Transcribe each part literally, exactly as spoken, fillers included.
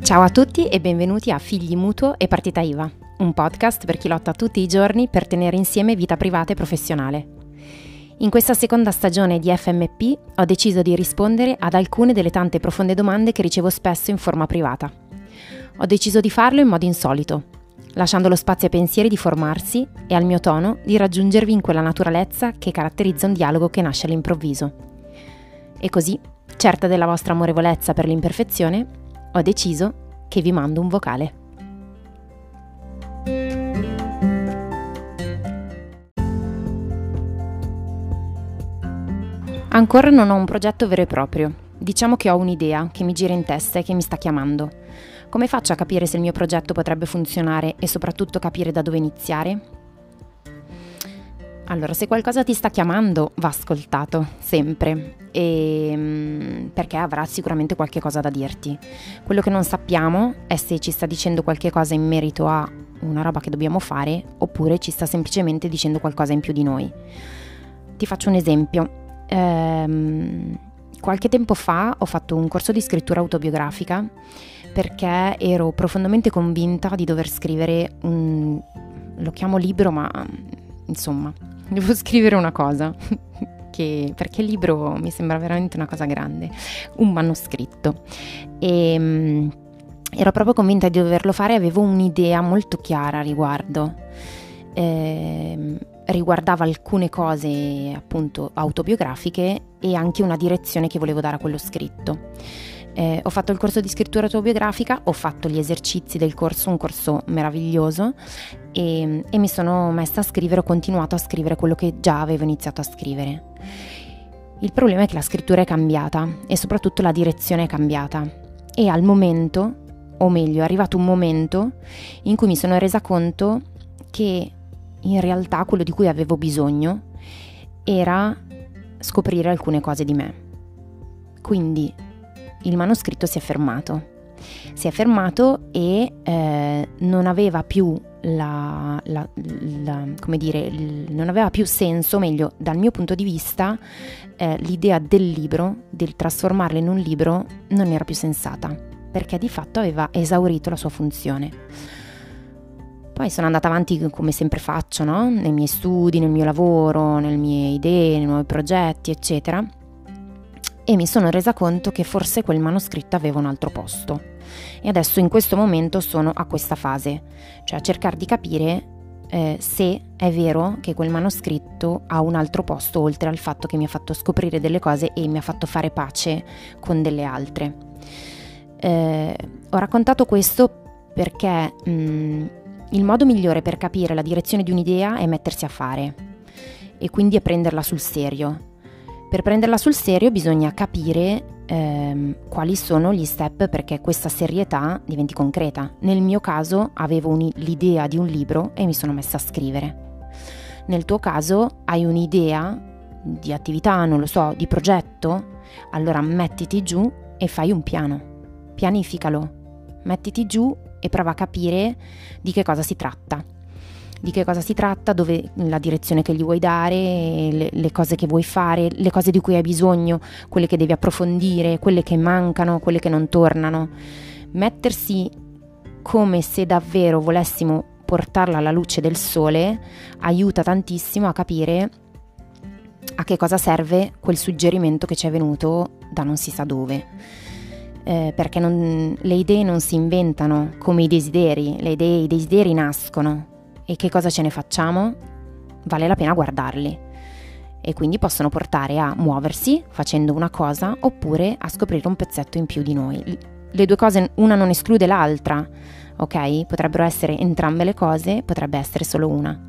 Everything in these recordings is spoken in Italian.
Ciao a tutti e benvenuti a Figli Mutuo e Partita I V A, un podcast per chi lotta tutti i giorni per tenere insieme vita privata e professionale. In questa seconda stagione di F M P ho deciso di rispondere ad alcune delle tante profonde domande che ricevo spesso in forma privata. Ho deciso di farlo in modo insolito, lasciando lo spazio ai pensieri di formarsi e al mio tono di raggiungervi in quella naturalezza che caratterizza un dialogo che nasce all'improvviso. E così, certa della vostra amorevolezza per l'imperfezione, ho deciso che vi mando un vocale. Ancora non ho un progetto vero e proprio. Diciamo che ho un'idea che mi gira in testa e che mi sta chiamando. Come faccio a capire se il mio progetto potrebbe funzionare e soprattutto capire da dove iniziare? Allora, se qualcosa ti sta chiamando, va ascoltato, sempre, e, perché avrà sicuramente qualche cosa da dirti. Quello che non sappiamo è se ci sta dicendo qualche cosa in merito a una roba che dobbiamo fare, oppure ci sta semplicemente dicendo qualcosa in più di noi. Ti faccio un esempio. Ehm, qualche tempo fa ho fatto un corso di scrittura autobiografica perché ero profondamente convinta di dover scrivere un... lo chiamo libro, ma insomma... devo scrivere una cosa, che, perché il libro mi sembra veramente una cosa grande, un manoscritto. E um, ero proprio convinta di doverlo fare, avevo un'idea molto chiara a riguardo. Eh, riguardava alcune cose appunto autobiografiche e anche una direzione che volevo dare a quello scritto. Eh, ho fatto il corso di scrittura autobiografica, ho fatto gli esercizi del corso, un corso meraviglioso, e, e mi sono messa a scrivere, ho continuato a scrivere quello che già avevo iniziato a scrivere. Il problema è che la scrittura è cambiata e soprattutto la direzione è cambiata, e al momento, o meglio è arrivato un momento in cui mi sono resa conto che in realtà quello di cui avevo bisogno era scoprire alcune cose di me. Quindi il manoscritto si è fermato, si è fermato e eh, non aveva più la, la, la come dire, il, non aveva più senso, meglio, dal mio punto di vista, eh, l'idea del libro, del trasformarlo in un libro, non era più sensata, perché di fatto aveva esaurito la sua funzione. Poi sono andata avanti come sempre faccio, no? Nei miei studi, nel mio lavoro, nelle mie idee, nei nuovi progetti, eccetera. E mi sono resa conto che forse quel manoscritto aveva un altro posto. E adesso in questo momento sono a questa fase, cioè a cercare di capire eh, se è vero che quel manoscritto ha un altro posto, oltre al fatto che mi ha fatto scoprire delle cose e mi ha fatto fare pace con delle altre. Eh, ho raccontato questo perché mh, il modo migliore per capire la direzione di un'idea è mettersi a fare e quindi è prenderla sul serio. Per prenderla sul serio bisogna capire ehm, quali sono gli step perché questa serietà diventi concreta. Nel mio caso avevo un, l'idea di un libro e mi sono messa a scrivere. Nel tuo caso hai un'idea di attività, non lo so, di progetto? Allora mettiti giù e fai un piano. Pianificalo. Mettiti giù e prova a capire di che cosa si tratta. Di che cosa si tratta, dove la direzione che gli vuoi dare, le, le cose che vuoi fare, le cose di cui hai bisogno, quelle che devi approfondire, quelle che mancano, quelle che non tornano. Mettersi come se davvero volessimo portarla alla luce del sole aiuta tantissimo a capire a che cosa serve quel suggerimento che ci è venuto da non si sa dove. Eh, perché non, le idee non si inventano come i desideri, le idee, i desideri nascono. E che cosa ce ne facciamo? Vale la pena guardarli. E quindi possono portare a muoversi facendo una cosa oppure a scoprire un pezzetto in più di noi. Le due cose, una non esclude l'altra, ok? Potrebbero essere entrambe le cose, potrebbe essere solo una.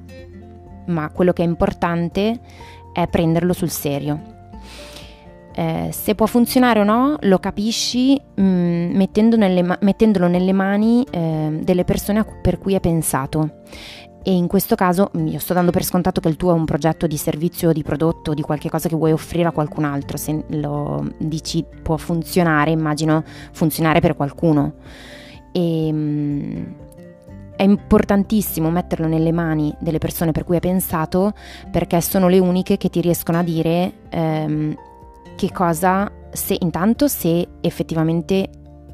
Ma quello che è importante è prenderlo sul serio. Eh, se può funzionare o no lo capisci mh, mettendo nelle, mettendolo nelle mani eh, delle persone per cui è pensato, e in questo caso io sto dando per scontato che il tuo è un progetto di servizio, di prodotto, di qualche cosa che vuoi offrire a qualcun altro. Se lo dici può funzionare, immagino funzionare per qualcuno, e mh, è importantissimo metterlo nelle mani delle persone per cui è pensato, perché sono le uniche che ti riescono a dire ehm, che cosa, se intanto se effettivamente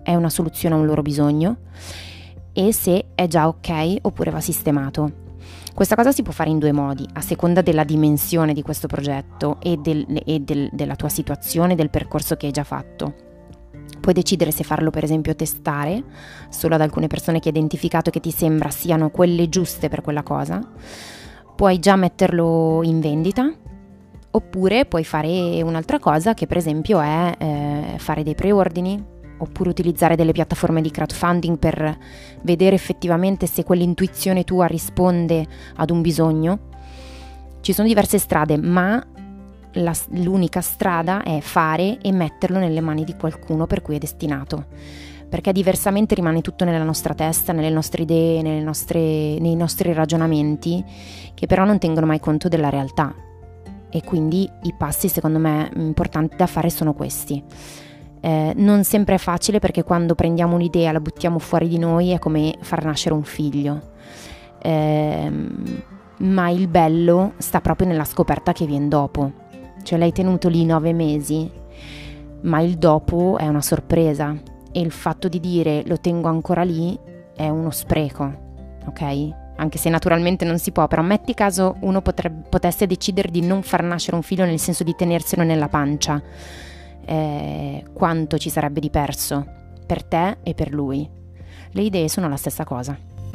è una soluzione a un loro bisogno e se è già ok oppure va sistemato. Questa cosa si può fare in due modi, a seconda della dimensione di questo progetto e, del, e del, della tua situazione, del percorso che hai già fatto. Puoi decidere se farlo, per esempio, testare solo ad alcune persone che hai identificato che ti sembra siano quelle giuste per quella cosa. Puoi già metterlo in vendita, oppure puoi fare un'altra cosa che per esempio è eh, fare dei preordini, oppure utilizzare delle piattaforme di crowdfunding per vedere effettivamente se quell'intuizione tua risponde ad un bisogno. Ci sono diverse strade, ma la, l'unica strada è fare e metterlo nelle mani di qualcuno per cui è destinato, perché diversamente rimane tutto nella nostra testa, nelle nostre idee, nelle nostre, nei nostri ragionamenti, che però non tengono mai conto della realtà. E quindi i passi, secondo me, importanti da fare sono questi. Eh, non sempre è facile, perché quando prendiamo un'idea, la buttiamo fuori di noi, è come far nascere un figlio. Eh, ma il bello sta proprio nella scoperta che viene dopo. Cioè, l'hai tenuto lì nove mesi, ma il dopo è una sorpresa. E il fatto di dire lo tengo ancora lì è uno spreco, ok? Anche se naturalmente non si può, però metti caso uno potrebbe, potesse decidere di non far nascere un figlio, nel senso di tenerselo nella pancia. Eh, quanto ci sarebbe di perso per te e per lui. Le idee sono la stessa cosa.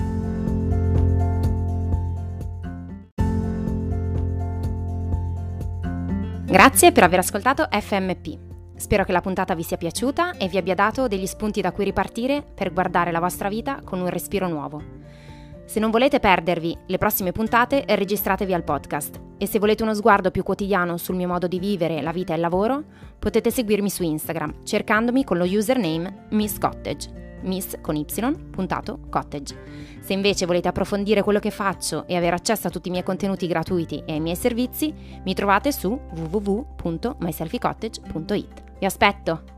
Grazie per aver ascoltato F M P. Spero che la puntata vi sia piaciuta e vi abbia dato degli spunti da cui ripartire per guardare la vostra vita con un respiro nuovo. Se non volete perdervi le prossime puntate, registratevi al podcast. E se volete uno sguardo più quotidiano sul mio modo di vivere la vita e il lavoro, potete seguirmi su Instagram, cercandomi con lo username Miss Cottage. Miss con Y, puntato, Cottage. Se invece volete approfondire quello che faccio e avere accesso a tutti i miei contenuti gratuiti e ai miei servizi, mi trovate su w w w punto my selfie cottage punto i t. Vi aspetto!